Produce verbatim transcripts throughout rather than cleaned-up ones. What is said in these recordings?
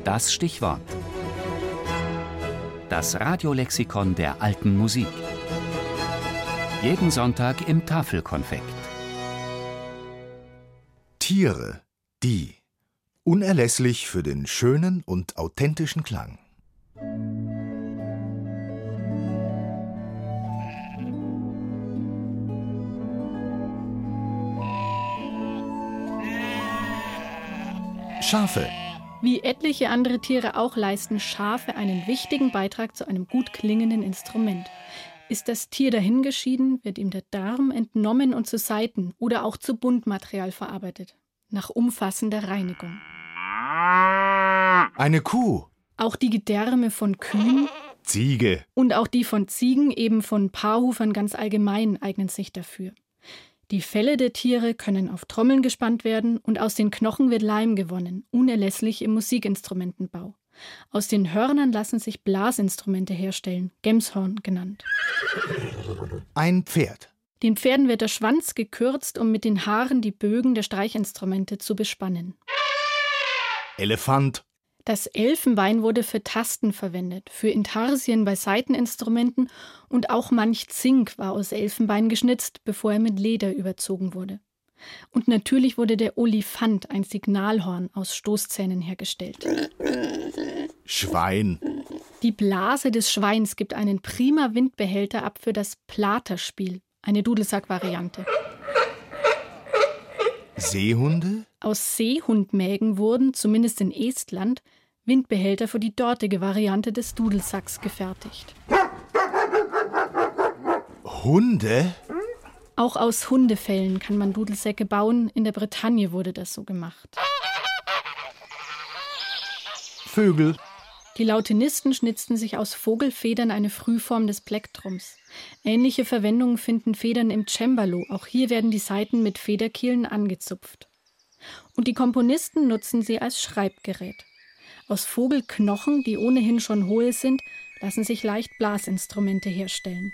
Das Stichwort. Das Radiolexikon der alten Musik. Jeden Sonntag im Tafelkonfekt. Tiere, die. Unerlässlich für den schönen und authentischen Klang. Schafe. Wie etliche andere Tiere auch leisten Schafe einen wichtigen Beitrag zu einem gut klingenden Instrument. Ist das Tier dahingeschieden, wird ihm der Darm entnommen und zu Saiten oder auch zu Buntmaterial verarbeitet. Nach umfassender Reinigung. Eine Kuh. Auch die Gedärme von Kühen, Ziege und auch die von Ziegen, eben von Paarhufern ganz allgemein, eignen sich dafür. Die Felle der Tiere können auf Trommeln gespannt werden und aus den Knochen wird Leim gewonnen, unerlässlich im Musikinstrumentenbau. Aus den Hörnern lassen sich Blasinstrumente herstellen, Gemshorn genannt. Ein Pferd. Den Pferden wird der Schwanz gekürzt, um mit den Haaren die Bögen der Streichinstrumente zu bespannen. Elefant. Das Elfenbein wurde für Tasten verwendet, für Intarsien bei Saiteninstrumenten und auch manch Zink war aus Elfenbein geschnitzt, bevor er mit Leder überzogen wurde. Und natürlich wurde der Olifant, ein Signalhorn, aus Stoßzähnen hergestellt. Schwein. Die Blase des Schweins gibt einen prima Windbehälter ab für das Platerspiel, eine Dudelsack-Variante. Seehunde? Aus Seehundmägen wurden, zumindest in Estland, Windbehälter für die dortige Variante des Dudelsacks gefertigt. Hunde? Auch aus Hundefellen kann man Dudelsäcke bauen. In der Bretagne wurde das so gemacht. Vögel. Die Lautenisten schnitzten sich aus Vogelfedern eine Frühform des Plektrums. Ähnliche Verwendungen finden Federn im Cembalo. Auch hier werden die Saiten mit Federkielen angezupft. Und die Komponisten nutzen sie als Schreibgerät. Aus Vogelknochen, die ohnehin schon hohl sind, lassen sich leicht Blasinstrumente herstellen.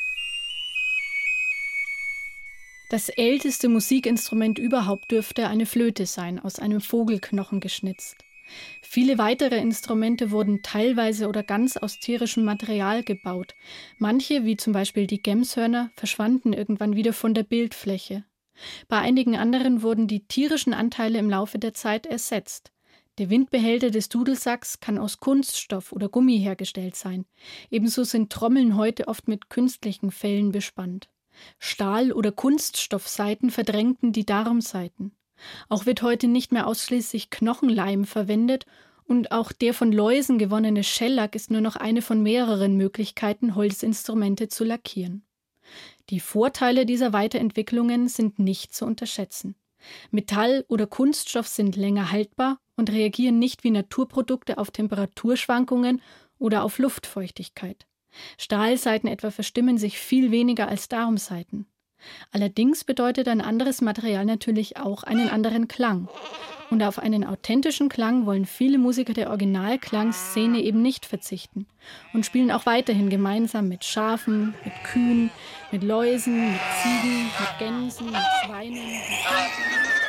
Das älteste Musikinstrument überhaupt dürfte eine Flöte sein, aus einem Vogelknochen geschnitzt. Viele weitere Instrumente wurden teilweise oder ganz aus tierischem Material gebaut. Manche, wie zum Beispiel die Gemshörner, verschwanden irgendwann wieder von der Bildfläche. Bei einigen anderen wurden die tierischen Anteile im Laufe der Zeit ersetzt. Der Windbehälter des Dudelsacks kann aus Kunststoff oder Gummi hergestellt sein. Ebenso sind Trommeln heute oft mit künstlichen Fellen bespannt. Stahl- oder Kunststoffsaiten verdrängten die Darmsaiten. Auch wird heute nicht mehr ausschließlich Knochenleim verwendet und auch der von Läusen gewonnene Schellack ist nur noch eine von mehreren Möglichkeiten, Holzinstrumente zu lackieren. Die Vorteile dieser Weiterentwicklungen sind nicht zu unterschätzen. Metall oder Kunststoff sind länger haltbar und reagieren nicht wie Naturprodukte auf Temperaturschwankungen oder auf Luftfeuchtigkeit. Stahlsaiten etwa verstimmen sich viel weniger als Darmsaiten. Allerdings bedeutet ein anderes Material natürlich auch einen anderen Klang. Und auf einen authentischen Klang wollen viele Musiker der Originalklangszene eben nicht verzichten und spielen auch weiterhin gemeinsam mit Schafen, mit Kühen, mit Läusen, mit Ziegen, mit Gänsen, mit Schweinen, mit Hunden.